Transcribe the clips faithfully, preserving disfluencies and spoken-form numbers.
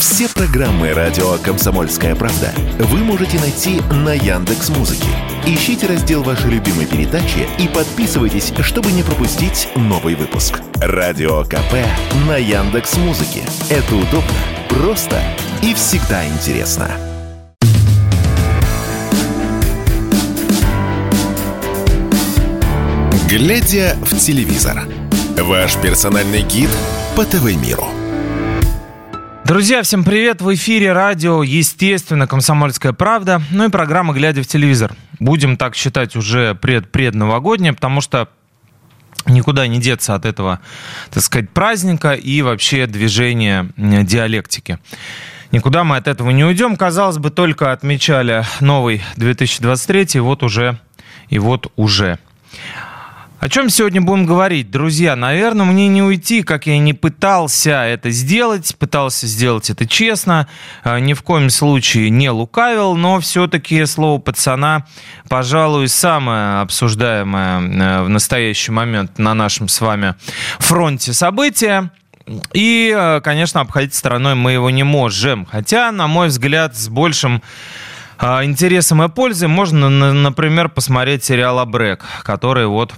Все программы радио «Комсомольская правда» вы можете найти на Яндекс.Музыке. Ищите раздел вашей любимой передачи и подписывайтесь, чтобы не пропустить новый выпуск. Радио КП на Яндекс.Музыке. Это удобно, просто и всегда интересно. Глядя в телевизор. Ваш персональный гид по ТВ-миру. Друзья, всем привет! В эфире радио, естественно, «Комсомольская правда», ну и программа «Глядя в телевизор». Будем так считать уже пред-предновогодняя, потому что никуда не деться от этого, так сказать, праздника и вообще движения диалектики. Никуда мы от этого не уйдем. Казалось бы, только отмечали новый две тысячи двадцать третий, и вот уже, и вот уже. О чем сегодня будем говорить? Друзья, наверное, мне не уйти, как я не пытался это сделать, пытался сделать это честно, ни в коем случае не лукавил, но все-таки слово «пацана», пожалуй, самое обсуждаемое в настоящий момент на нашем с вами фронте события. И, конечно, обходить стороной мы его не можем. Хотя, на мой взгляд, с большим интересом и пользой можно, например, посмотреть сериал «Абрек», который вот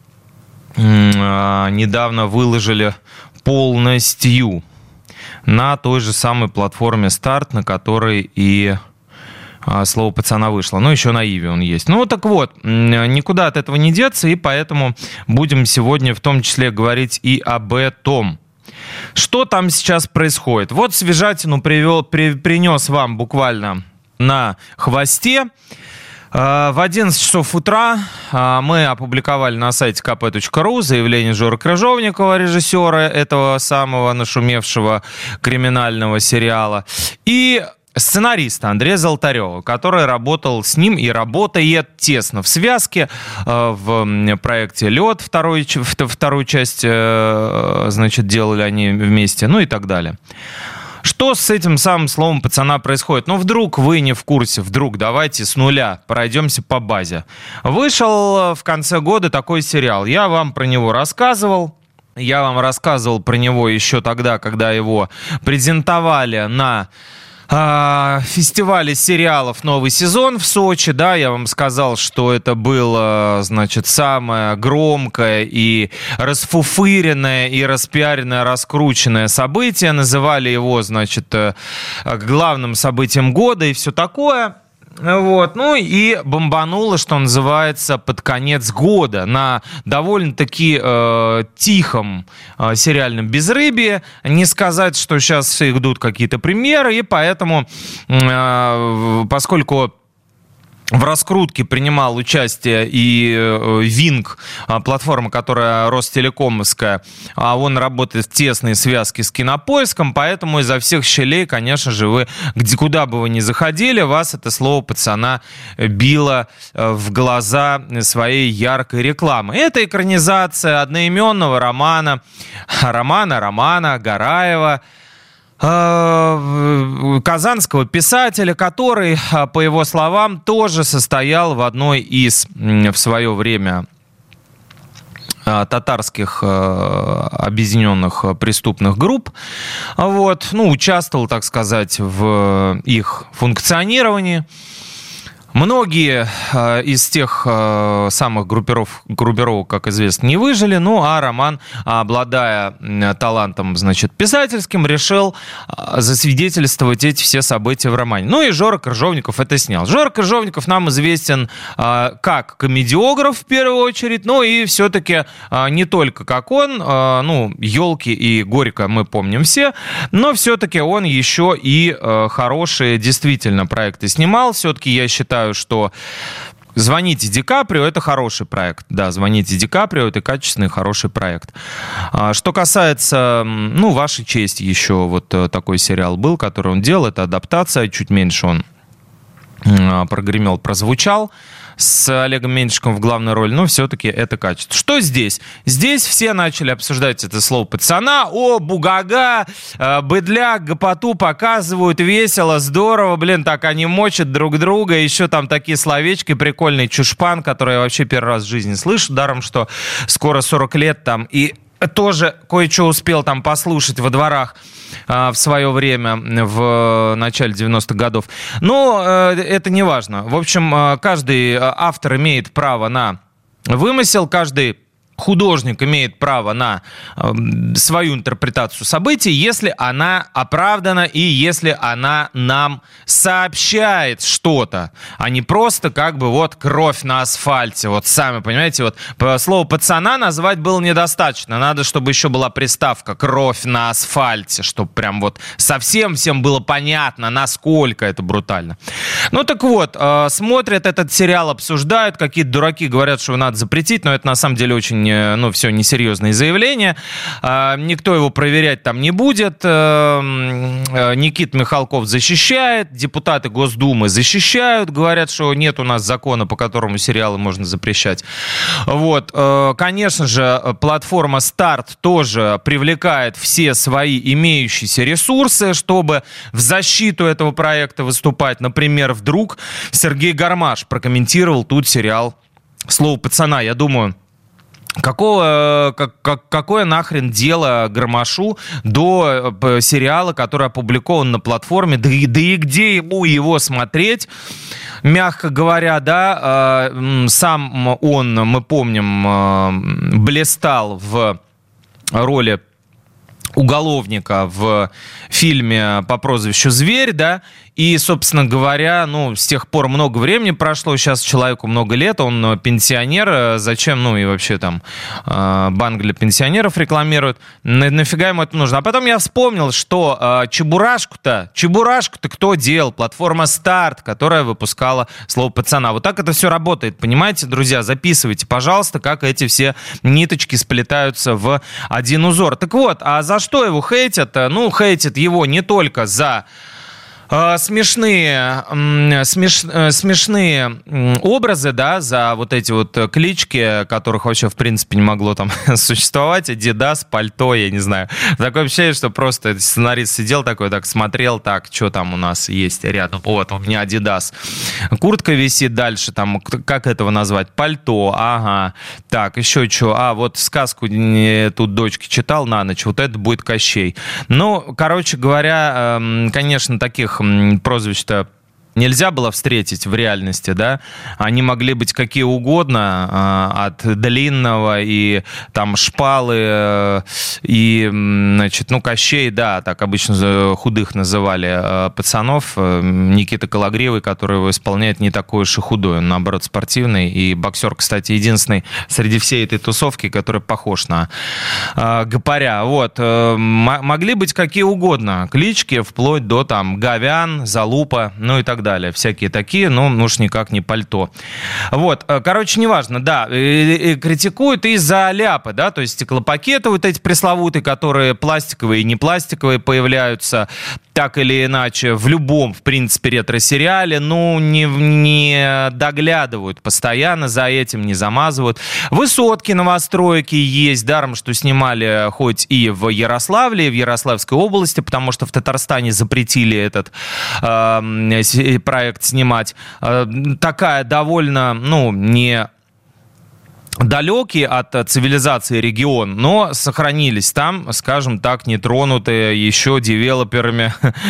недавно выложили полностью на той же самой платформе «Старт», на которой и слово «пацана» вышло. Ну, еще на Иви он есть. Ну, так вот, никуда от этого не деться, и поэтому будем сегодня в том числе говорить и об этом. Что там сейчас происходит? Вот свежатину привел, при, принес вам буквально на хвосте. В одиннадцать часов утра мы опубликовали на сайте ка пэ точка ру заявление Жоры Крыжовникова, режиссера этого самого нашумевшего криминального сериала, и сценариста Андрея Золотарева, который работал с ним и работает тесно в связке в проекте «Лед». Вторую, вторую часть, значит, делали они вместе, ну и так далее. Что с этим самым словом «пацана» происходит? Ну, вдруг вы не в курсе, вдруг давайте с нуля пройдемся по базе. Вышел в конце года такой сериал. Я вам про него рассказывал. Я вам рассказывал про него еще тогда, когда его презентовали на э, фестивале сериалов «Новый сезон» в Сочи. Да, я вам сказал, что это было, значит, самое громкое и расфуфыренное, и распиаренное, раскрученное событие. Называли его, значит, главным событием года и все такое. Вот. Ну и бомбануло, что называется, под конец года на довольно-таки э, тихом э, сериальном безрыбье. Не сказать, что сейчас идут какие-то премьеры, и поэтому, э, поскольку в раскрутке принимал участие и Винг, платформа, которая Ростелекомовская, а он работает в тесной связке с Кинопоиском, поэтому изо всех щелей, конечно же, вы, где, куда бы вы ни заходили, вас это слово «пацана» било в глаза своей яркой рекламы. Это экранизация одноименного романа, романа Романа Гараева, казанского писателя, который, по его словам, тоже состоял в одной из в свое время татарских объединенных преступных групп. Вот. Ну, участвовал, так сказать, в их функционировании. Многие э, из тех э, самых группиров, группировок, как известно, не выжили. Ну, а Роман, обладая э, талантом, значит, писательским, решил э, засвидетельствовать эти все события в романе. Ну, и Жора Крыжовников это снял. Жора Крыжовников нам известен э, как комедиограф, в первую очередь, но и все-таки э, не только как он. Э, ну, «Елки» и «Горько» мы помним все, но все-таки он еще и э, хорошие действительно проекты снимал. Все-таки я считаю, что «Звоните Ди Каприо» — это хороший проект. Да, «Звоните Ди Каприо» — это качественный, хороший проект. Что касается, ну, «Вашей чести», еще вот такой сериал был, который он делал. Это адаптация, чуть меньше он прогремел, прозвучал с Олегом Меньшиковым в главной роли, но все-таки это качество. Что здесь? Здесь все начали обсуждать это слово «пацана». О, бугага, быдляк, гопоту показывают, весело, здорово. Блин, так они мочат друг друга. Еще там такие словечки, прикольный чушпан, который я вообще первый раз в жизни слышу. Даром, что скоро сорок лет там и тоже кое-что успел там послушать во дворах э, в свое время, в начале девяностых годов. Но э, это не важно. В общем, э, каждый автор имеет право на вымысел, каждый художник имеет право на э, свою интерпретацию событий, если она оправдана и если она нам сообщает что-то, а не просто как бы вот кровь на асфальте. Вот сами понимаете, вот слово пацана назвать было недостаточно. Надо, чтобы еще была приставка кровь на асфальте, чтобы прям вот совсем всем было понятно, насколько это брутально. Ну так вот, э, смотрят этот сериал, обсуждают, какие-то дураки говорят, что его надо запретить, но это на самом деле очень ну, все несерьезные заявления. Никто его проверять там не будет. Никита Михалков защищает, депутаты Госдумы защищают, говорят, что нет у нас закона, по которому сериалы можно запрещать. Вот. Конечно же, платформа «Старт» тоже привлекает все свои имеющиеся ресурсы, чтобы в защиту этого проекта выступать. Например, вдруг Сергей Гармаш прокомментировал тут сериал «Слово пацана». Я думаю, Какого, как, как, какое нахрен дело Гармашу до сериала, который опубликован на платформе, да и, да и где ему его смотреть, мягко говоря, да, сам он, мы помним, блистал в роли уголовника в фильме по прозвищу «Зверь», да, и, собственно говоря, ну, с тех пор много времени прошло, сейчас человеку много лет, он пенсионер, зачем, ну, и вообще там э, банк для пенсионеров рекламируют, на, нафига ему это нужно? А потом я вспомнил, что э, Чебурашку-то, Чебурашку-то кто делал? Платформа «Старт», которая выпускала «Слово пацана». Вот так это все работает, понимаете, друзья? Записывайте, пожалуйста, как эти все ниточки сплетаются в один узор. Так вот, а за что его хейтят? Ну, хейтят его не только за смешные, смеш, смешные образы, да, за вот эти вот клички, которых вообще, в принципе, не могло там существовать. Adidas, пальто, я не знаю. Такое ощущение, что просто сценарист сидел такой, так смотрел, так, что там у нас есть рядом. Вот, у меня Adidas. Куртка висит дальше, там, как этого назвать? Пальто, ага. Так, еще что? А, вот сказку тут дочке читал на ночь, вот это будет Кощей. Ну, короче говоря, конечно, таких прозвищ-то нельзя было встретить в реальности, да, они могли быть какие угодно, от длинного и там шпалы и, значит, ну, Кощей, да, так обычно худых называли пацанов. Никита Кологривый, который его исполняет, не такой уж и худой, он, наоборот, спортивный, и боксер, кстати, единственный среди всей этой тусовки, который похож на гопаря. Вот, могли быть какие угодно клички, вплоть до там Говян, Залупа, ну и так далее. далее, всякие такие, но уж никак не пальто. Вот, короче, неважно, да, и, и критикуют из-за ляпы, да, то есть стеклопакеты вот эти пресловутые, которые пластиковые и не пластиковые появляются, так или иначе, в любом, в принципе, ретро-сериале, ну, не, не доглядывают постоянно за этим, не замазывают. Высотки, новостройки есть, даром, что снимали хоть и в Ярославле, и в Ярославской области, потому что в Татарстане запретили этот э, проект снимать. Э, такая довольно, ну, не... далекий от цивилизации регион, но сохранились там, скажем так, нетронутые еще девелоперами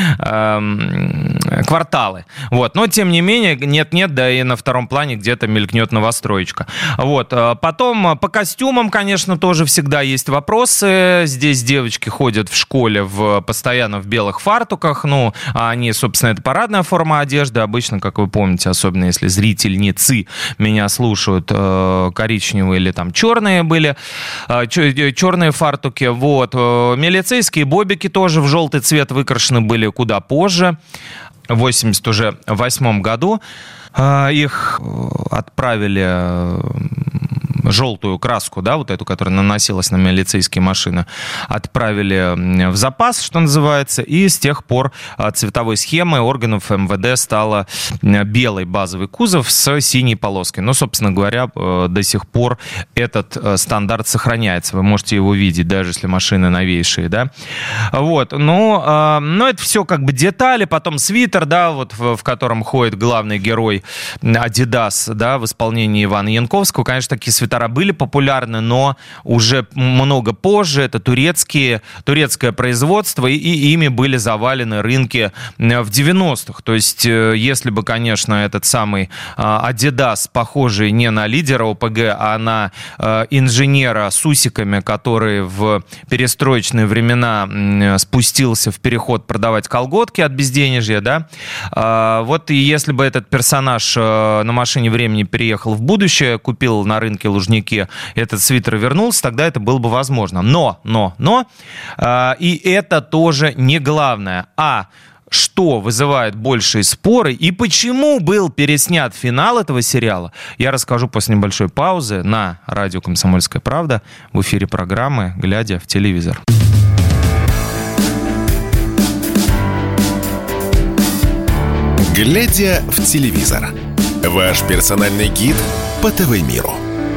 э, кварталы. Вот. Но, тем не менее, нет-нет, да и на втором плане где-то мелькнет новостроечка. Вот. Потом по костюмам, конечно, тоже всегда есть вопросы. Здесь девочки ходят в школе в, постоянно в белых фартуках. Ну, они, собственно, это парадная форма одежды. Обычно, как вы помните, особенно если зрительницы меня слушают, э, коричневые или там черные были, черные фартуки, вот. Милицейские бобики тоже в желтый цвет выкрашены были куда позже, в восемьдесят восьмом году. Их отправили... желтую краску, да, вот эту, которая наносилась на милицейские машины, отправили в запас, что называется, и с тех пор цветовой схемой органов эм вэ дэ стала белый базовый кузов с синей полоской. Но, собственно говоря, до сих пор этот стандарт сохраняется. Вы можете его видеть, даже если машины новейшие, да. Вот, но, но это все как бы детали. Потом свитер, да, вот в, в котором ходит главный герой Adidas, да, в исполнении Ивана Янковского. Конечно, такие свитера сектора были популярны, но уже много позже. Это турецкие, турецкое производство, и, и ими были завалены рынки в девяностых. То есть, если бы, конечно, этот самый Adidas, похожий не на лидера ОПГ, а на инженера с усиками, который в перестроечные времена спустился в переход продавать колготки от безденежья, да, вот и если бы этот персонаж на машине времени переехал в будущее, купил на рынке Лужники этот свитер и вернулся, тогда это было бы возможно. Но, но, но, и это тоже не главное. А что вызывает большие споры и почему был переснят финал этого сериала, я расскажу после небольшой паузы на радио «Комсомольская правда» в эфире программы «Глядя в телевизор». «Глядя в телевизор» – ваш персональный гид по ТВ-миру.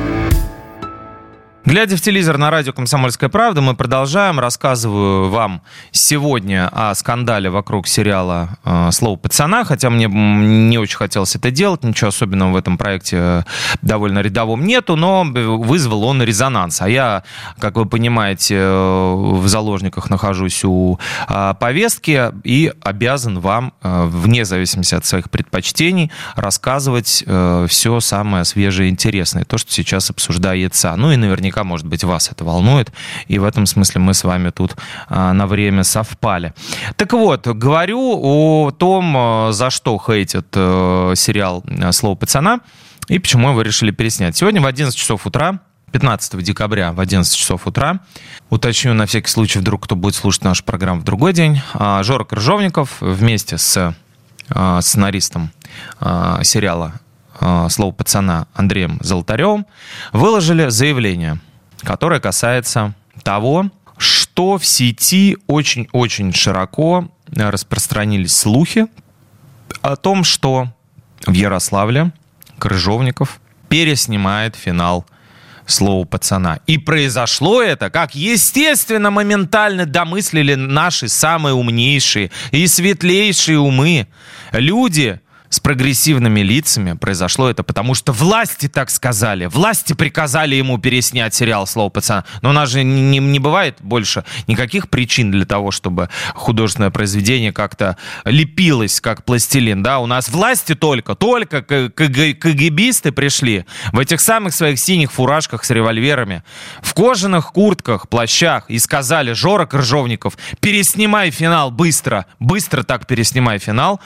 Глядя в телевизор на радио «Комсомольская правда», мы продолжаем. Рассказываю вам сегодня о скандале вокруг сериала «Слово пацана», хотя мне не очень хотелось это делать, ничего особенного в этом проекте довольно рядовом нету, но вызвал он резонанс. А я, как вы понимаете, в заложниках нахожусь у повестки и обязан вам, вне зависимости от своих предпочтений, рассказывать все самое свежее и интересное, то, что сейчас обсуждается. Ну и наверняка, может быть, вас это волнует, и в этом смысле мы с вами тут а, на время совпали. Так вот, говорю о том, за что хейтит э, сериал «Слово пацана» и почему его решили переснять. Сегодня в одиннадцать часов утра, пятнадцатого декабря в одиннадцать часов утра, уточню на всякий случай, вдруг кто будет слушать нашу программу в другой день, Жора Крыжовников вместе с э, сценаристом э, сериала «Слово пацана» Андреем Золотаревым выложили заявление, которое касается того, что в сети очень-очень широко распространились слухи о том, что в Ярославле Крыжовников переснимает финал «Слово пацана». И произошло это, как естественно, моментально домыслили наши самые умнейшие и светлейшие умы. Люди с прогрессивными лицами. Произошло это потому, что власти так сказали. Власти приказали ему переснять сериал «Слово пацана». Но у нас же не, не бывает больше никаких причин для того, чтобы художественное произведение как-то лепилось, как пластилин. Да? У нас власти только, только КГБисты пришли в этих самых своих синих фуражках с револьверами, в кожаных куртках, плащах и сказали: Жора Крыжовников, переснимай финал быстро, быстро так переснимай финал,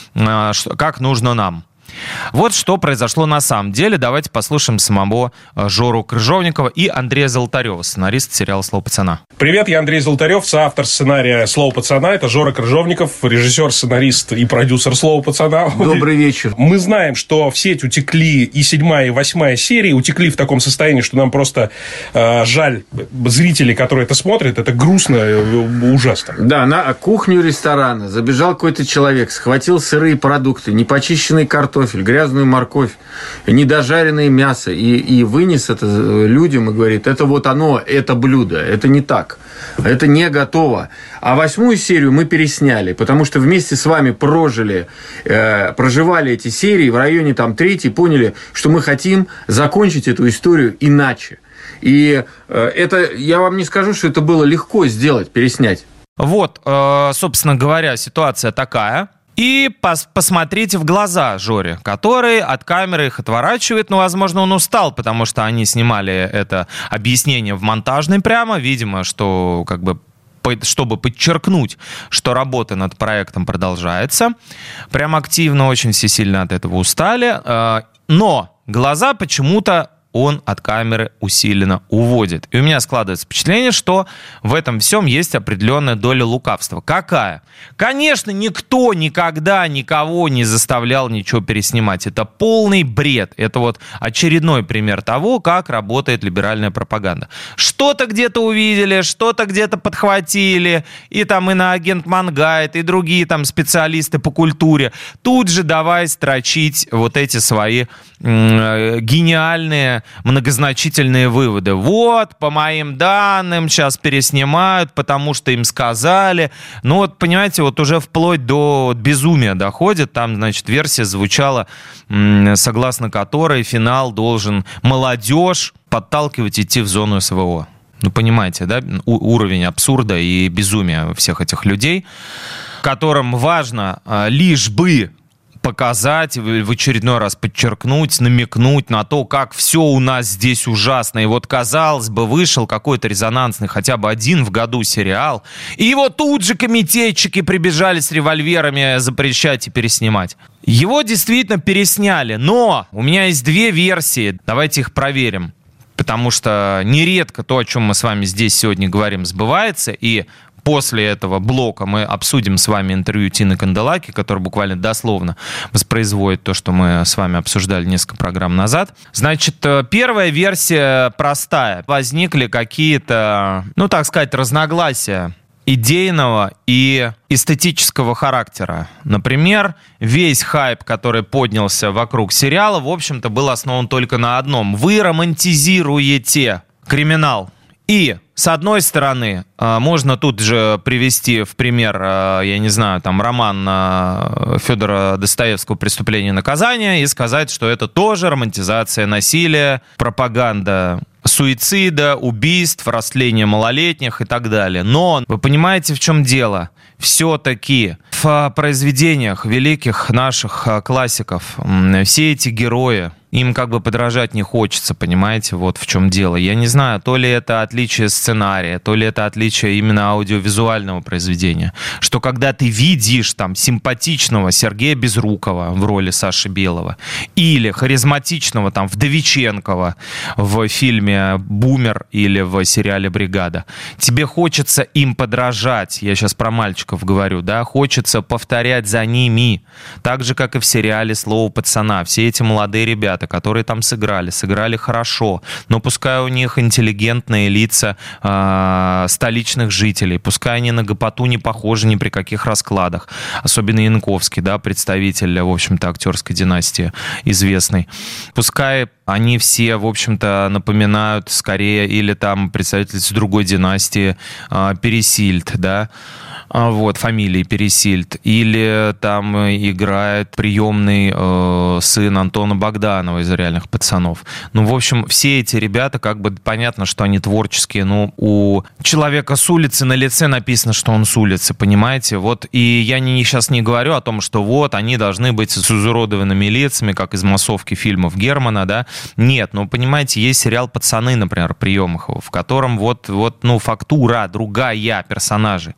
как нужно нам. Вот что произошло на самом деле. Давайте послушаем самого Жору Крыжовникова и Андрея Золотарева, сценарист сериала «Слово пацана». Привет, я Андрей Золотарев, соавтор сценария «Слово пацана». Это Жора Крыжовников, режиссер, сценарист и продюсер «Слова пацана». Добрый вечер. Мы знаем, что в сеть утекли и седьмая, и восьмая серии, утекли в таком состоянии, что нам просто э, жаль зрителей, которые это смотрят. Это грустно, э, ужасно. Да, на кухню ресторана забежал какой-то человек, схватил сырые продукты, непочищенный картофель, грязную морковь, недожаренное мясо и, и вынес это людям и говорит: это вот оно, это блюдо, это не так, это не готово. А восьмую серию мы пересняли, потому что вместе с вами прожили, э, проживали эти серии в районе там третьей, поняли, что мы хотим закончить эту историю иначе. И э, это, я вам не скажу, что это было легко сделать, переснять. Вот, э, собственно говоря, ситуация такая. И пос- посмотрите в глаза Жоре, который от камеры их отворачивает. Ну, возможно, он устал, потому что они снимали это объяснение в монтажной прямо. Видимо, что как бы чтобы подчеркнуть, что работа над проектом продолжается. Прям активно, очень все сильно от этого устали. Но глаза почему-то он от камеры усиленно уводит. И у меня складывается впечатление, что в этом всем есть определенная доля лукавства. Какая? Конечно, никто никогда никого не заставлял ничего переснимать. Это полный бред. Это вот очередной пример того, как работает либеральная пропаганда. Что-то где-то увидели, что-то где-то подхватили, и там иноагент Мангайт, и другие там специалисты по культуре. Тут же давай строчить вот эти свои м- гениальные многозначительные выводы. Вот, по моим данным, сейчас переснимают, потому что им сказали. Ну вот, понимаете, вот уже вплоть до безумия доходит. Там, значит, версия звучала, согласно которой финал должен молодежь подталкивать идти в зону СВО. Ну, понимаете, да, У- уровень абсурда и безумия всех этих людей, которым важно а, лишь бы показать, в очередной раз подчеркнуть, намекнуть на то, как все у нас здесь ужасно. И вот, казалось бы, вышел какой-то резонансный, хотя бы один в году сериал, и его тут же комитетчики прибежали с револьверами запрещать и переснимать. Его действительно пересняли, но у меня есть две версии, давайте их проверим. Потому что нередко то, о чем мы с вами здесь сегодня говорим, сбывается, и после этого блока мы обсудим с вами интервью Тины Канделаки, которое буквально дословно воспроизводит то, что мы с вами обсуждали несколько программ назад. Значит, первая версия простая. Возникли какие-то, ну, так сказать, разногласия идейного и эстетического характера. Например, весь хайп, который поднялся вокруг сериала, в общем-то, был основан только на одном. Вы романтизируете криминал. И, с одной стороны, можно тут же привести в пример, я не знаю, там, роман Федора Достоевского «Преступление и наказание» и сказать, что это тоже романтизация насилия, пропаганда суицида, убийств, растления малолетних и так далее. Но вы понимаете, в чем дело? Все-таки в произведениях великих наших классиков все эти герои, им как бы подражать не хочется, понимаете, вот в чем дело. Я не знаю, то ли это отличие сценария, то ли это отличие именно аудиовизуального произведения, что когда ты видишь там симпатичного Сергея Безрукова в роли Саши Белого или харизматичного там Вдовиченкова в фильме «Бумер» или в сериале «Бригада», тебе хочется им подражать, я сейчас про мальчиков говорю, да, хочется повторять за ними, так же, как и в сериале «Слово пацана». Все эти молодые ребята, которые там сыграли, сыграли хорошо, но пускай у них интеллигентные лица э, столичных жителей, пускай они на гопоту не похожи ни при каких раскладах, особенно Янковский, да, представитель, в общем-то, актерской династии известный, пускай они все, в общем-то, напоминают скорее или там представительницы другой династии, э, Пересильд, да, вот, фамилии Пересильд, или там играет приемный э, сын Антона Богданова из «Реальных пацанов». Ну, в общем, все эти ребята, как бы понятно, что они творческие, но у человека с улицы на лице написано, что он с улицы, понимаете? Вот, и я не, сейчас не говорю о том, что вот, они должны быть с изуродованными лицами, как из массовки фильмов Германа, да? Нет, ну, понимаете, есть сериал «Пацаны», например, Приемахова, в котором вот, вот, ну, фактура другая персонажей.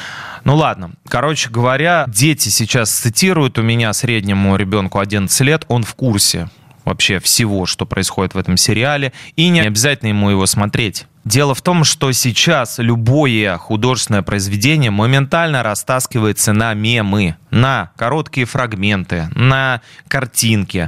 Ну ладно, короче говоря, дети сейчас цитируют, у меня среднему ребенку одиннадцать лет, он в курсе вообще всего, что происходит в этом сериале, и не обязательно ему его смотреть. Дело в том, что сейчас любое художественное произведение моментально растаскивается на мемы, на короткие фрагменты, на картинки,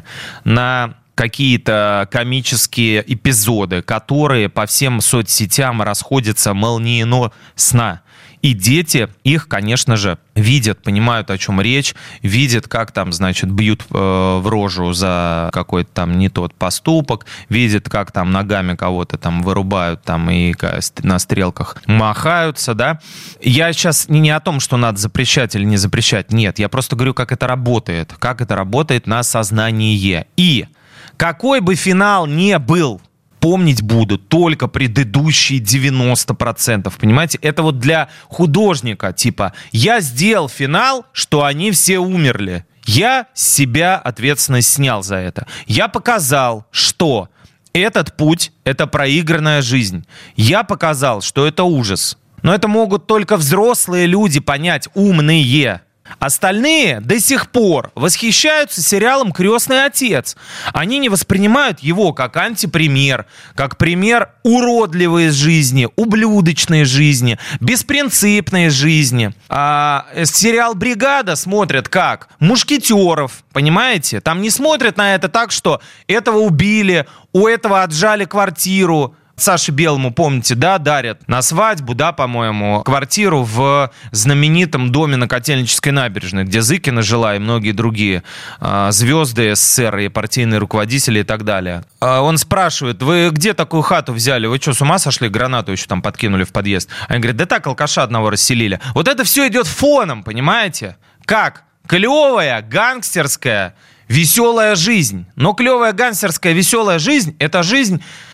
на какие-то комические эпизоды, которые по всем соцсетям расходятся молниеносно. И дети их, конечно же, видят, понимают, о чем речь, видят, как там, значит, бьют э, в рожу за какой-то там не тот поступок, видят, как там ногами кого-то там вырубают там и на стрелках махаются, да. Я сейчас не, не о том, что надо запрещать или не запрещать, нет, я просто говорю, как это работает, как это работает на сознание. И какой бы финал ни был, помнить будут только предыдущие девяносто процентов, понимаете? Это вот для художника, типа, я сделал финал, что они все умерли. Я с себя ответственность снял за это. Я показал, что этот путь — это проигранная жизнь. Я показал, что это ужас. Но это могут только взрослые люди понять, умные. Остальные до сих пор восхищаются сериалом «Крестный отец». Они не воспринимают его как антипример, как пример уродливой жизни, ублюдочной жизни, беспринципной жизни. А сериал «Бригада» смотрят как мушкетеров, понимаете? Там не смотрят на это так, что этого убили, у этого отжали квартиру. Саше Белому, помните, да, дарят на свадьбу, да, по-моему, квартиру в знаменитом доме на Котельнической набережной, где Зыкина жила и многие другие э, звезды СССР и партийные руководители и так далее. Э, он спрашивает, вы где такую хату взяли? Вы что, с ума сошли? Гранату еще там подкинули в подъезд. Они говорят, да так, алкаша одного расселили. Вот это все идет фоном, понимаете? Как? Клевая, гангстерская, веселая жизнь. Но клевая, гангстерская, веселая жизнь — это жизнь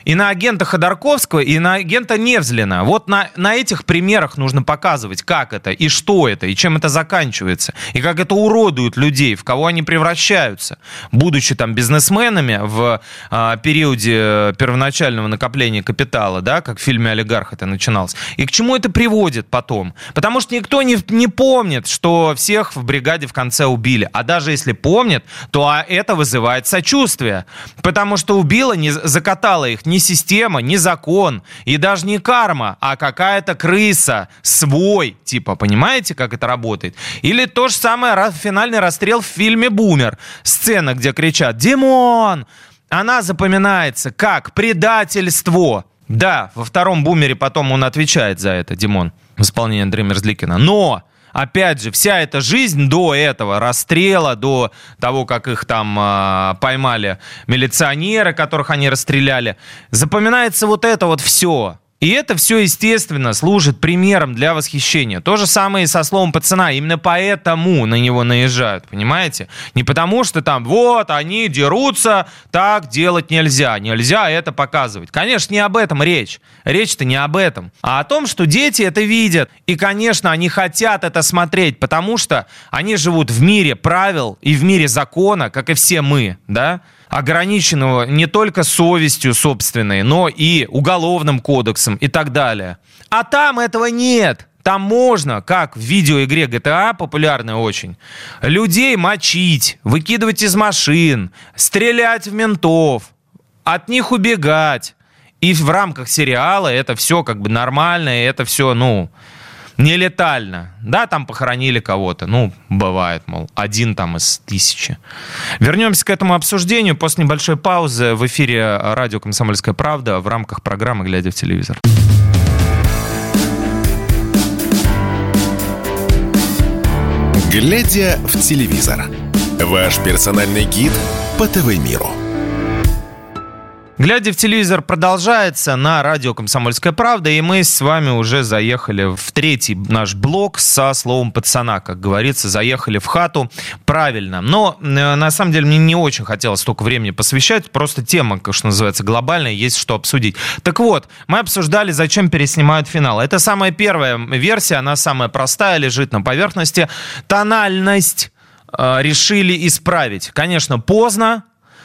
и на агента Ходорковского, и на агента Невзлина. Вот на, на этих примерах нужно показывать, как это, и что это, и чем это заканчивается, и как это уродует людей, в кого они превращаются, будучи там бизнесменами в а, периоде первоначального накопления капитала, да, как в фильме «Олигарх» это начиналось. И к чему это приводит потом? Потому что никто не, не помнит, что всех в бригаде в конце убили. А даже если помнит, то это вызывает сочувствие. Потому что убила, не закатала их ни система, ни закон, и даже не карма, а какая-то крыса, свой, типа, понимаете, как это работает? Или то же самое финальный расстрел в фильме «Бумер». Сцена, где кричат «Димон!». Она запоминается как предательство. Да, во втором «Бумере» потом он отвечает за это, Димон, в исполнении Андрея Мерзликина. Но... Опять же, вся эта жизнь до этого расстрела, до того, как их там э, поймали милиционеры, которых они расстреляли, запоминается вот это вот все. И это все, естественно, служит примером для восхищения. То же самое и со словом «пацана». Именно поэтому на него наезжают, понимаете? Не потому, что там, вот, они дерутся, так делать нельзя. Нельзя это показывать. Конечно, не об этом речь. Речь-то не об этом. А о том, что дети это видят. И, конечно, они хотят это смотреть, потому что они живут в мире правил и в мире закона, как и все мы, да? Ограниченного не только совестью собственной, но и уголовным кодексом и так далее. А там этого нет. Там можно, как в видеоигре джи ти эй, популярной очень, людей мочить, выкидывать из машин, стрелять в ментов, от них убегать. И в рамках сериала это все как бы нормально, и это все, ну... нелетально. Да, там похоронили кого-то. Ну, бывает, мол, один там из тысячи. Вернемся к этому обсуждению после небольшой паузы в эфире радио «Комсомольская правда» в рамках программы «Глядя в телевизор». «Глядя в телевизор» – ваш персональный гид по ТВ-миру. «Глядя в телевизор» продолжается на радио «Комсомольская правда», и мы с вами уже заехали в третий наш блок со словом «пацана», как говорится, заехали в хату правильно. Но, на самом деле, мне не очень хотелось столько времени посвящать, просто тема, как что называется, глобальная, есть что обсудить. Так вот, мы обсуждали, зачем переснимают финал. Это самая первая версия, она самая простая, лежит на поверхности. Тональность э, решили исправить. Конечно, поздно,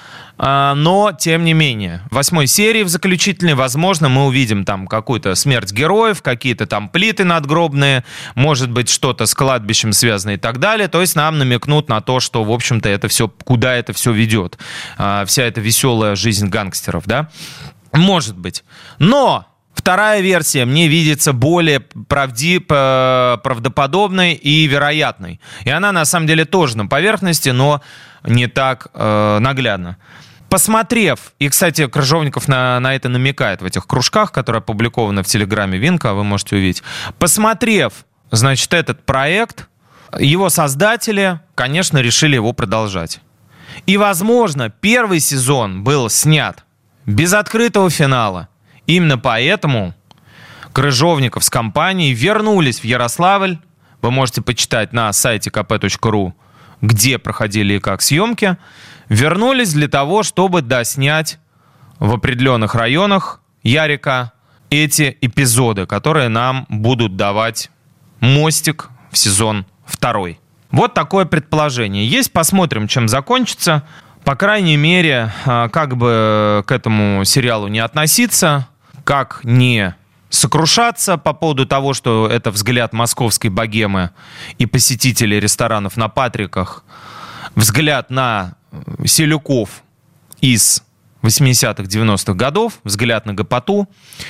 но, тем не менее, в восьмой серии, в заключительной, возможно, мы увидим там какую-то смерть героев, какие-то там плиты надгробные, может быть, что-то с кладбищем связано и так далее. То есть нам намекнут на то, что, в общем-то, это все, куда это все ведет. Вся эта веселая жизнь гангстеров, да? Может быть. Но... вторая версия мне видится более правдив... правдоподобной и вероятной. И она, на самом деле, тоже на поверхности, но не так э, наглядно. Посмотрев, и, кстати, Крыжовников на, на это намекает в этих кружках, которые опубликованы в Телеграме Винка, вы можете увидеть. Посмотрев, значит, этот проект, его создатели, конечно, решили его продолжать. И, возможно, первый сезон был снят без открытого финала. Именно поэтому Крыжовников с компанией вернулись в Ярославль. Вы можете почитать на сайте ка пэ точка ру, где проходили и как съемки. Вернулись для того, чтобы доснять в определенных районах Ярика эти эпизоды, которые нам будут давать мостик в сезон второй. Вот такое предположение есть. Посмотрим, чем закончится. По крайней мере, как бы к этому сериалу не относиться, как не сокрушаться по поводу того, что это взгляд московской богемы и посетителей ресторанов на Патриках, взгляд на селюков из восьмидесятых, девяностых годов, взгляд на гопоту,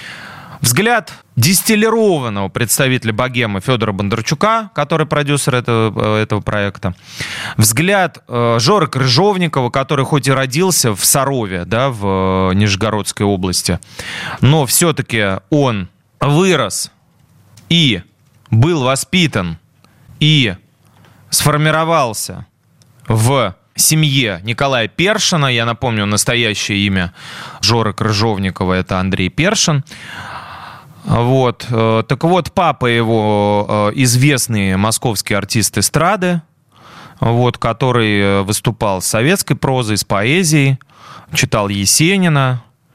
взгляд дистиллированного представителя богемы Федора Бондарчука, который продюсер этого, этого проекта, взгляд э, Жоры Крыжовникова, который хоть и родился в Сарове, да, в э, Нижегородской области, но все-таки он вырос и был воспитан и сформировался в семье Николая Першина. Я напомню, настоящее имя Жоры Крыжовникова — это Андрей Першин. Вот. Так вот, папа его известный московский артист эстрады, вот, который выступал с советской прозой, с поэзией, читал Есенина,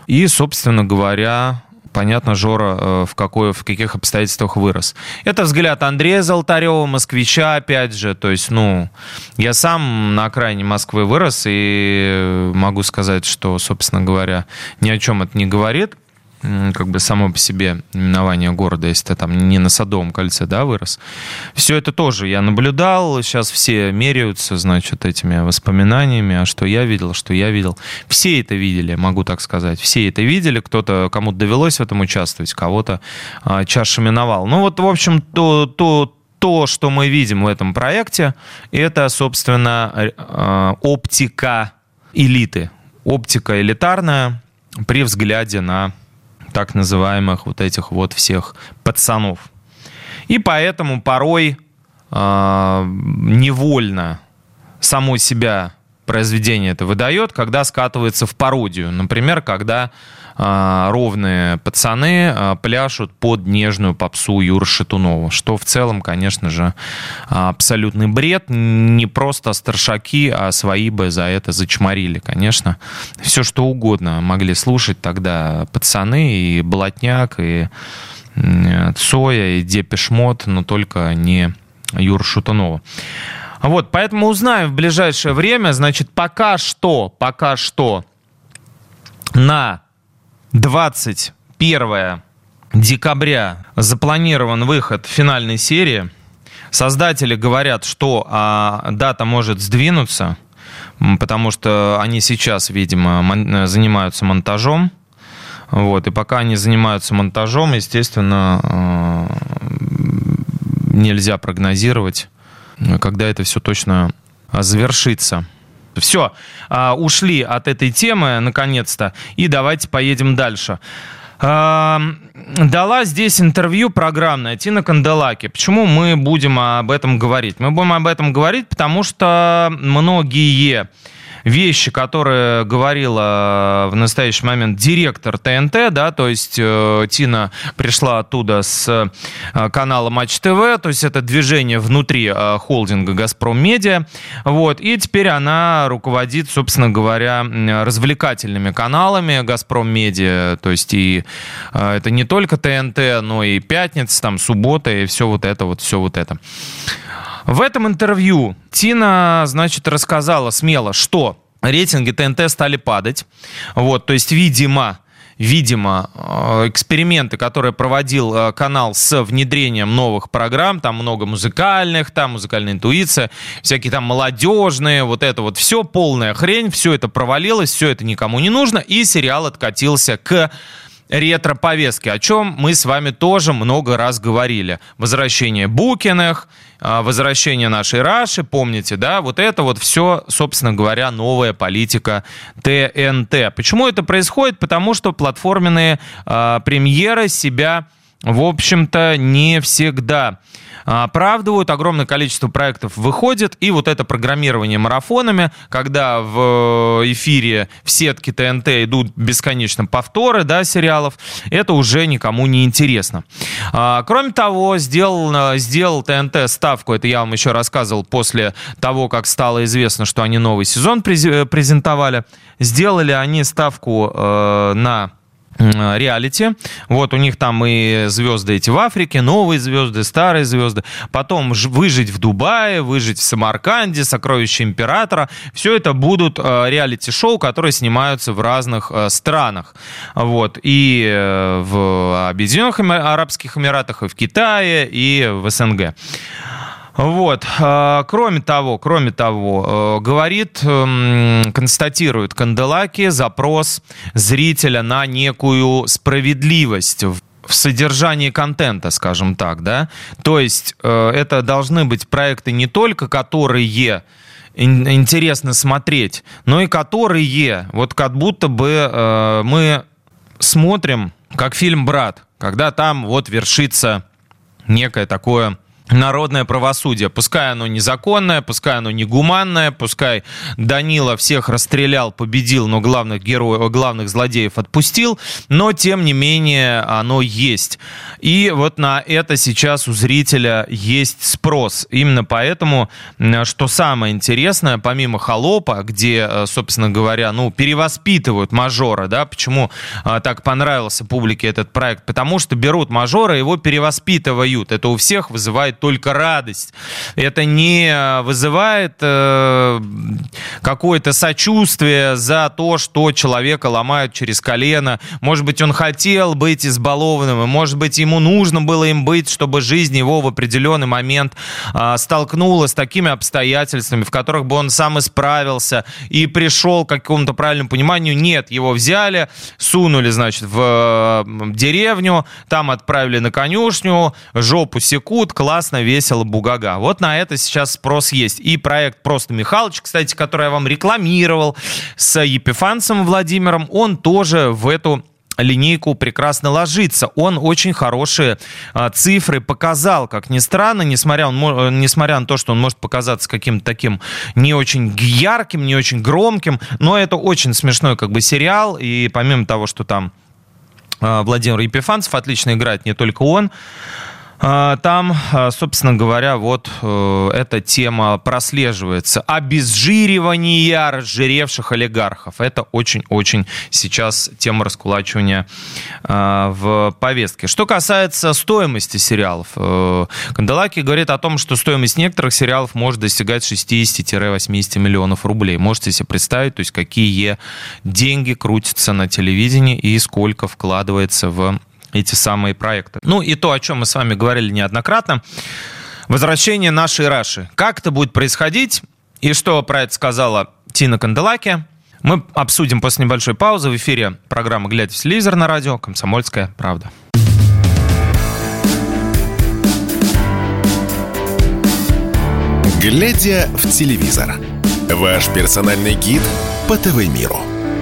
И, собственно говоря, понятно, Жора в, какой, в каких обстоятельствах вырос. Это взгляд Андрея Золотарева, москвича, опять же. То есть, ну, я сам на окраине Москвы вырос, и могу сказать, что, собственно говоря, ни о чем это не говорит. Как бы само по себе именование города, если ты там не на Садовом кольце, да, вырос. Все это тоже я наблюдал. Сейчас все меряются, значит, этими воспоминаниями, а что я видел, что я видел. Все это видели, могу так сказать. Все это видели. Кто-то, кому-то довелось в этом участвовать, кого-то а, чаша миновал. Ну вот, в общем, то, то, то, что мы видим в этом проекте, это, собственно, а, оптика элиты. Оптика элитарная при взгляде на так называемых вот этих вот всех пацанов. И поэтому порой э, невольно само себя произведение это выдает, когда скатывается в пародию. Например, когда э, ровные пацаны э, пляшут под нежную попсу Юры Шатунова, что в целом, конечно же, абсолютный бред. Не просто старшаки, а свои бы за это зачморили, конечно. Все, что угодно могли слушать тогда пацаны, и Блатняк, и Цоя, и Депеш Мод, но только не Юра Шатунова. Вот, поэтому узнаем в ближайшее время. Значит, пока что, пока что на двадцать первое декабря запланирован выход финальной серии. Создатели говорят, что а, дата может сдвинуться, потому что они сейчас, видимо, мон- занимаются монтажом. Вот, и пока они занимаются монтажом, естественно, э- нельзя прогнозировать, когда это все точно завершится. Все, ушли от этой темы, наконец-то, и давайте поедем дальше. Дала здесь интервью программная Тина Канделаки. Почему мы будем об этом говорить? Мы будем об этом говорить, потому что многие вещи, которые говорила в настоящий момент директор ТНТ, да, то есть э, Тина пришла оттуда с э, канала Матч ТВ, то есть это движение внутри э, холдинга Газпром Медиа, вот, и теперь она руководит, собственно говоря, развлекательными каналами Газпром Медиа, то есть и э, это не только ТНТ, но и Пятница, там, Суббота и все вот это, вот все вот это. В этом интервью Тина, значит, рассказала смело, что рейтинги ТНТ стали падать. Вот, то есть, видимо, видимо, эксперименты, которые проводил канал с внедрением новых программ, там много музыкальных, там музыкальная интуиция, всякие там молодежные, вот это вот все, полная хрень, все это провалилось, все это никому не нужно, и сериал откатился к ретро-повестки, о чем мы с вами тоже много раз говорили. Возвращение Букиных, возвращение нашей Раши, помните, да? Вот это вот все, собственно говоря, новая политика ТНТ. Почему это происходит? Потому что платформенные э, премьеры себя, в общем-то, не всегда оправдывают. Огромное количество проектов выходит, и вот это программирование марафонами, когда в эфире в сетке ТНТ идут бесконечно повторы, да, сериалов, это уже никому не интересно. А, кроме того, сделал, сделал ТНТ ставку, это я вам еще рассказывал после того, как стало известно, что они новый сезон презентовали, сделали они ставку э, на реалити. Вот у них там и звезды эти в Африке, новые звезды, старые звезды. Потом выжить в Дубае, выжить в Самарканде, сокровища императора. Все это будут реалити-шоу, которые снимаются в разных странах. Вот. И в Объединенных Арабских Эмиратах, и в Китае, и в СНГ. Вот. Кроме того, кроме того, говорит, констатирует Канделаки запрос зрителя на некую справедливость в содержании контента, скажем так, да. То есть это должны быть проекты не только, которые интересно смотреть, но и которые, вот как будто бы мы смотрим как фильм «Брат», когда там вот вершится некое такое народное правосудие. Пускай оно незаконное, пускай оно негуманное, пускай Данила всех расстрелял, победил, но главных героев, главных злодеев отпустил, но тем не менее оно есть. И вот на это сейчас у зрителя есть спрос. Именно поэтому, что самое интересное, помимо «Холопа», где, собственно говоря, ну, перевоспитывают мажора, да, почему а, так понравился публике этот проект? Потому что берут мажора, его перевоспитывают. Это у всех вызывает только радость. Это не вызывает э, какое-то сочувствие за то, что человека ломают через колено. Может быть, он хотел быть избалованным, и, может быть, ему нужно было им быть, чтобы жизнь его в определенный момент э, столкнулась с такими обстоятельствами, в которых бы он сам исправился и пришел к какому-то правильному пониманию. Нет, его взяли, сунули, значит, в э, деревню, там отправили на конюшню, жопу секут, классно, весело, бугага. Вот на это сейчас спрос есть. И проект «Просто Михалыч», кстати, который я вам рекламировал, с Епифанцем Владимиром, он тоже в эту линейку прекрасно ложится. Он очень хорошие а, цифры показал, как ни странно, несмотря, он, несмотря на то, что он может показаться каким-то таким не очень ярким, не очень громким, но это очень смешной как бы сериал, и помимо того, что там а, Владимир Епифанцев отлично играет, не только он, там, собственно говоря, вот эта тема прослеживается. Обезжиривание разжиревших олигархов. Это очень-очень сейчас тема раскулачивания в повестке. Что касается стоимости сериалов. Канделаки говорит о том, что стоимость некоторых сериалов может достигать шестьдесят-восемьдесят миллионов рублей. Можете себе представить, то есть какие деньги крутятся на телевидении и сколько вкладывается в эти самые проекты. Ну и то, о чем мы с вами говорили неоднократно. Возвращение нашей Раши. Как это будет происходить и что про это сказала Тина Канделаки, мы обсудим после небольшой паузы. В эфире программа «Глядя в телевизор» на радио «Комсомольская правда». «Глядя в телевизор» – ваш персональный гид по ТВ-миру.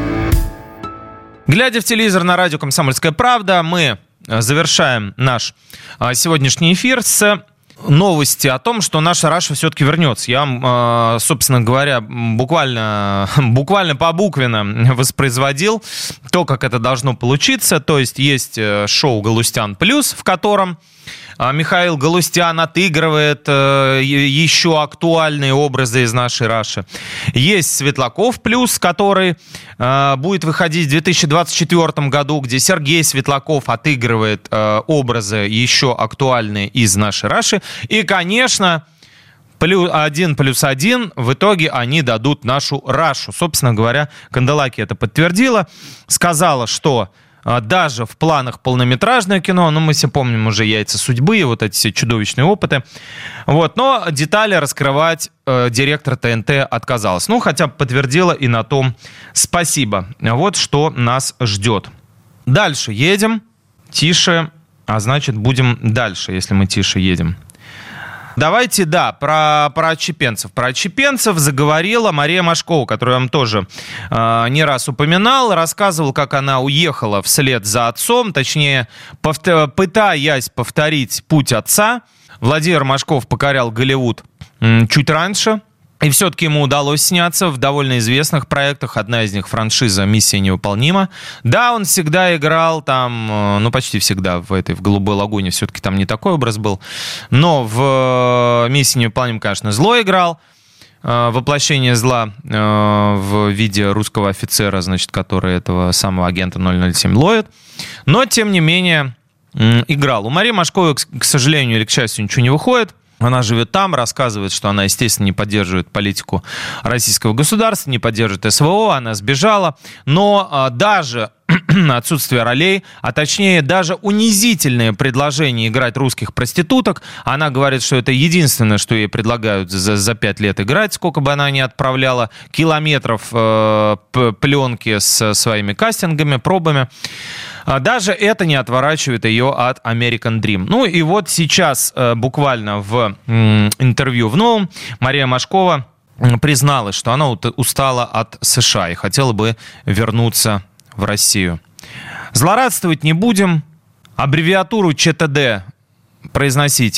Глядя в телевизор на радио «Комсомольская правда», мы завершаем наш сегодняшний эфир с новости о том, что наша Раша все-таки вернется. Я вам, собственно говоря, буквально, буквально побуквенно воспроизводил то, как это должно получиться. То есть есть шоу «Галустян плюс», в котором Михаил Галустян отыгрывает э, еще актуальные образы из нашей Раши. Есть Светлаков плюс, который э, будет выходить в две тысячи двадцать четвёртом году, где Сергей Светлаков отыгрывает э, образы еще актуальные из нашей Раши. И, конечно, плюс один плюс один в итоге они дадут нашу Рашу. Собственно говоря, Канделаки это подтвердила, сказала, что даже в планах полнометражное кино, ну, мы все помним уже «Яйца судьбы» и вот эти все чудовищные опыты. Вот, но детали раскрывать э, директор ТНТ отказалась. Ну, хотя бы подтвердила, и на том спасибо. Вот что нас ждет. Дальше едем. Тише, а значит, будем дальше, если мы тише едем. Давайте, да, про, про отщепенцев. Про отщепенцев заговорила Мария Машкова, которую я вам тоже э, не раз упоминал. Рассказывал, как она уехала вслед за отцом, точнее, повтор- пытаясь повторить путь отца. Владимир Машков покорял Голливуд м, чуть раньше. И все-таки ему удалось сняться в довольно известных проектах. Одна из них — франшиза «Миссия невыполнима». Да, он всегда играл там, ну почти всегда в этой, в «Голубой лагуне» все-таки там не такой образ был. Но в «Миссии невыполнима», конечно, зло играл. Воплощение зла в виде русского офицера, значит, который этого самого агента ноль ноль семь ловит. Но, тем не менее, играл. У Марии Машковой, к сожалению или к счастью, ничего не выходит. Она живет там, рассказывает, что она, естественно, не поддерживает политику российского государства, не поддерживает СВО, она сбежала. Но а, даже отсутствие ролей, а точнее даже унизительное предложение играть русских проституток, она говорит, что это единственное, что ей предлагают за, за пять лет играть, сколько бы она ни отправляла километров э, пленки с своими кастингами, пробами. Даже это не отворачивает ее от American Dream. Ну и вот сейчас э, буквально в м, интервью в «Новом» Мария Машкова призналась, что она устала от США и хотела бы вернуться в Россию. Злорадствовать не будем, аббревиатуру ЧТД произносить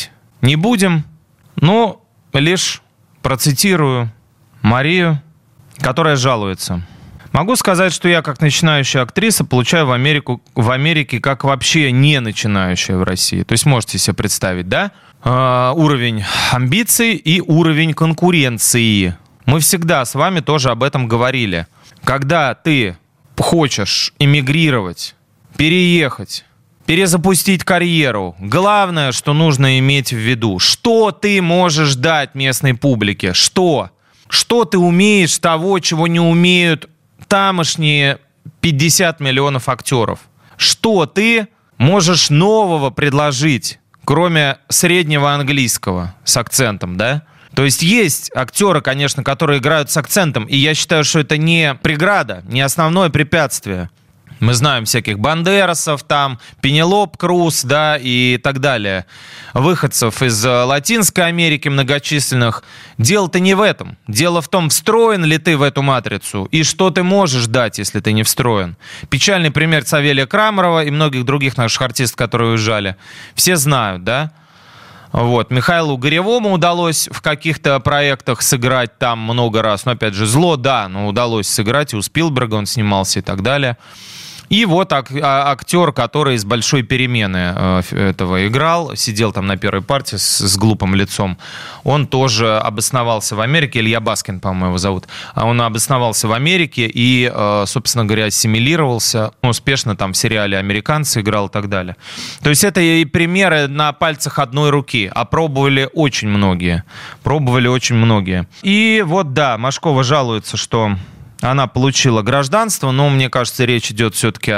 не будем, но лишь процитирую Марию, которая жалуется. Могу сказать, что я, как начинающая актриса, получаю в, Америку, в Америке как вообще не начинающая в России. То есть можете себе представить, да? Э, уровень амбиций и уровень конкуренции. Мы всегда с вами тоже об этом говорили. Когда ты хочешь эмигрировать, переехать, перезапустить карьеру, главное, что нужно иметь в виду, что ты можешь дать местной публике, что? Что ты умеешь того, чего не умеют тамошние пятьдесят миллионов актеров? Что ты можешь нового предложить, кроме среднего английского с акцентом, да? То есть есть актеры, конечно, которые играют с акцентом, и я считаю, что это не преграда, не основное препятствие. Мы знаем всяких Бандерасов, там, Пенелоп Круз, да, и так далее. Выходцев из Латинской Америки многочисленных. Дело-то не в этом. Дело в том, встроен ли ты в эту матрицу, и что ты можешь дать, если ты не встроен. Печальный пример Савелия Крамарова и многих других наших артистов, которые уезжали. Все знают, да? Вот. Михаилу Горевому удалось в каких-то проектах сыграть там много раз. Но, опять же, «Зло», да, но удалось сыграть. И у Спилберга он снимался и так далее. И вот ак- актер, который из «Большой перемены» э, этого играл, сидел там на первой партии с, с глупым лицом, он тоже обосновался в Америке, Илья Баскин, по-моему, его зовут, он обосновался в Америке и, э, собственно говоря, ассимилировался, успешно там в сериале «Американцы» играл и так далее. То есть это и примеры на пальцах одной руки, а пробовали очень многие, пробовали очень многие. И вот, да, Машкова жалуется, что она получила гражданство, но, мне кажется, речь идет все-таки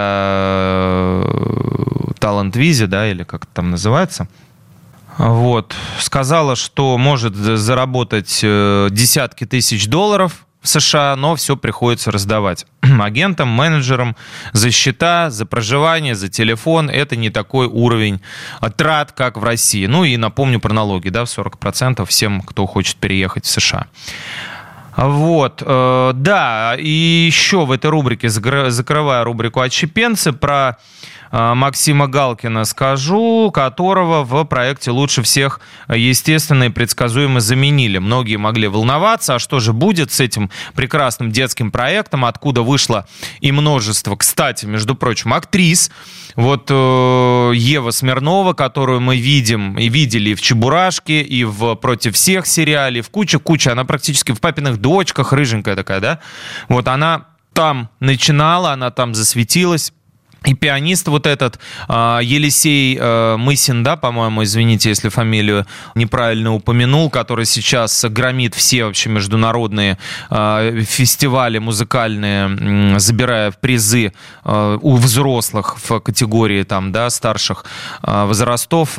о талант-визе, да, или как это там называется. Вот. Сказала, что может заработать десятки тысяч долларов в США, но все приходится раздавать агентам, менеджерам за счета, за проживание, за телефон. Это не такой уровень трат, как в России. Ну и напомню про налоги, да, в сорок процентов всем, кто хочет переехать в США. Вот, э, да, и еще в этой рубрике, закрывая рубрику «Отщепенцы», про э, Максима Галкина скажу, которого в проекте «Лучше всех» естественно и предсказуемо заменили. Многие могли волноваться, а что же будет с этим прекрасным детским проектом, откуда вышло и множество, кстати, между прочим, актрис. Вот э, Ева Смирнова, которую мы видим и видели и в «Чебурашке», и в «Против всех» сериале, в куче-куче, она практически в «Папиных дочках», рыженькая такая, да? Вот она там начинала, она там засветилась. И пианист вот этот, Елисей Мысин, да, по-моему, извините, если фамилию неправильно упомянул, который сейчас громит все вообще международные фестивали музыкальные, забирая призы у взрослых в категории там, да, старших возрастов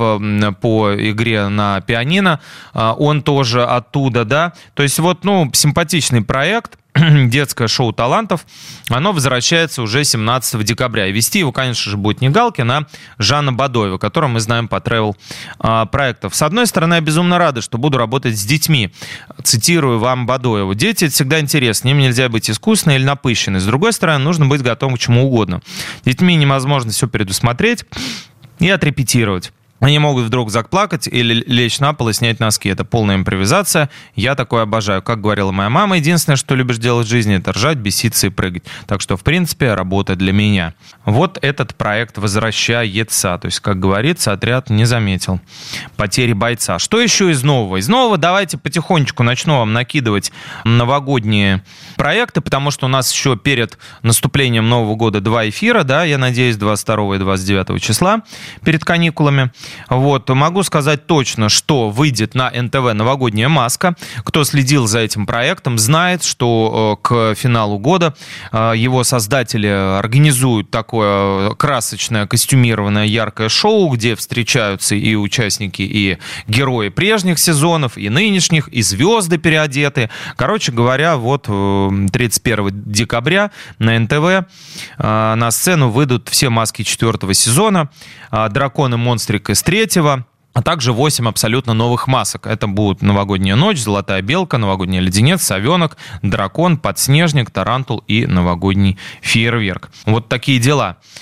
по игре на пианино. Он тоже оттуда, да. То есть вот, ну, симпатичный проект. Детское шоу талантов, оно возвращается уже семнадцатого декабря. И вести его, конечно же, будет не Галкин, а Жанна Бадоева, которую мы знаем по тревел проектов. С одной стороны, я безумно рада, что буду работать с детьми. Цитирую вам Бадоеву. Дети — это всегда интересно, им нельзя быть искусственной или напыщенной. С другой стороны, нужно быть готовым к чему угодно. С детьми невозможно все предусмотреть и отрепетировать. Они могут вдруг заплакать или лечь на пол и снять носки. Это полная импровизация. Я такое обожаю. Как говорила моя мама, единственное, что любишь делать в жизни, это ржать, беситься и прыгать. Так что, в принципе, работа для меня. Вот этот проект возвращается. То есть, как говорится, отряд не заметил потери бойца. Что еще из нового? Из нового давайте потихонечку начну вам накидывать новогодние проекты, потому что у нас еще перед наступлением Нового года два эфира, да, я надеюсь, двадцать второго и двадцать девятого числа, перед каникулами. Вот, могу сказать точно, что выйдет на эн тэ вэ «Новогодняя маска». Кто следил за этим проектом, знает, что э, к финалу года э, его создатели организуют такое красочное, костюмированное, яркое шоу, где встречаются и участники, и герои прежних сезонов, и нынешних, и звезды переодеты. Короче говоря, вот э, тридцать первого декабря на эн тэ вэ э, на сцену выйдут все маски четвертого сезона, э, дракон и монстрик из третьего, а также восемь абсолютно новых масок. Это будут «Новогодняя ночь», «Золотая белка», «Новогодний леденец», «Совенок», «Дракон», «Подснежник», «Тарантул» и «Новогодний фейерверк». Вот такие дела.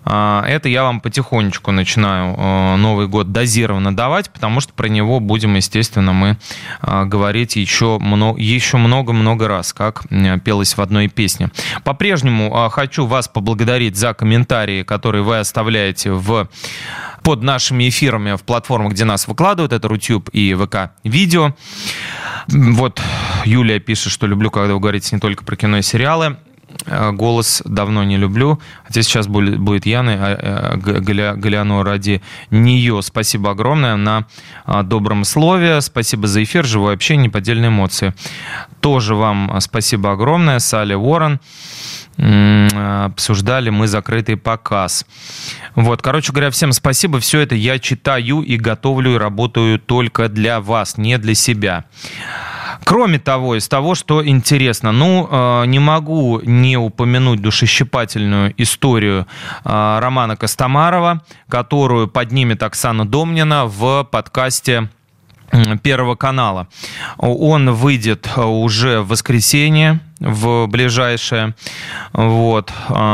Это я вам потихонечку начинаю Новый год дозированно давать, потому что про него будем, естественно, мы говорить еще много, еще много-много раз, как пелось в одной песне. По-прежнему хочу вас поблагодарить за комментарии, которые вы оставляете в, под нашими эфирами в платформах, где нас выкладывают. Это Рутюб и ВК-видео. Вот Юлия пишет, что люблю, когда вы говорите не только про кино и сериалы. Голос давно не люблю. Хотя сейчас будет Яна Галиано ради нее. Спасибо огромное на добром слове. Спасибо за эфир, живое общение, неподдельные эмоции. Тоже вам спасибо огромное. Салли Уоррен. Обсуждали мы закрытый показ. Вот, короче говоря, всем спасибо. Все это я читаю и готовлю, и работаю только для вас, не для себя. Кроме того, из того, что интересно, ну, не могу не упомянуть душещипательную историю Романа Костомарова, которую поднимет Оксана Домнина в подкасте Первого канала. Он выйдет уже в воскресенье, в ближайшее. Вот.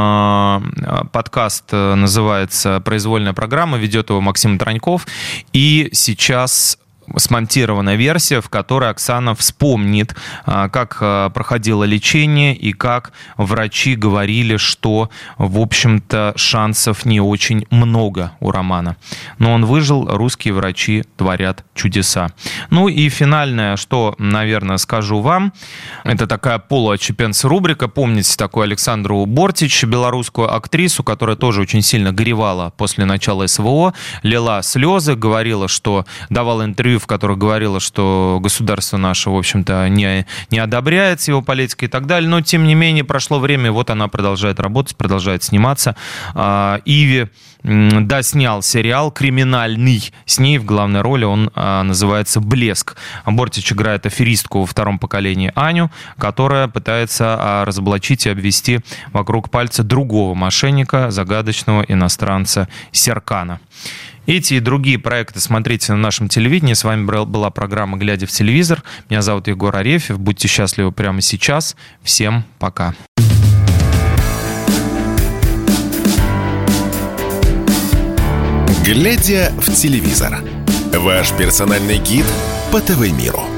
Подкаст называется «Произвольная программа», ведет его Максим Троньков. И сейчас смонтирована версия, в которой Оксана вспомнит, как проходило лечение и как врачи говорили, что, в общем-то, шансов не очень много у Романа. Но он выжил, русские врачи творят чудеса. Ну и финальное, что, наверное, скажу вам, это такая полуотчепенца рубрика. Помните такую Александру Бортич, белорусскую актрису, которая тоже очень сильно горевала после начала СВО, лила слезы, говорила, что давала интервью, в которой говорила, что государство наше, в общем-то, не, не одобряет его политикой и так далее. Но, тем не менее, прошло время, и вот она продолжает работать, продолжает сниматься. Иви доснял сериал криминальный. С ней в главной роли он называется «Блеск». Бортич играет аферистку во втором поколении Аню, которая пытается разоблачить и обвести вокруг пальца другого мошенника, загадочного иностранца Серкана. Эти и другие проекты смотрите на нашем телевидении. С вами была программа «Глядя в телевизор». Меня зовут Егор Арефьев. Будьте счастливы прямо сейчас. Всем пока. «Глядя в телевизор» – ваш персональный гид по ТВ-миру.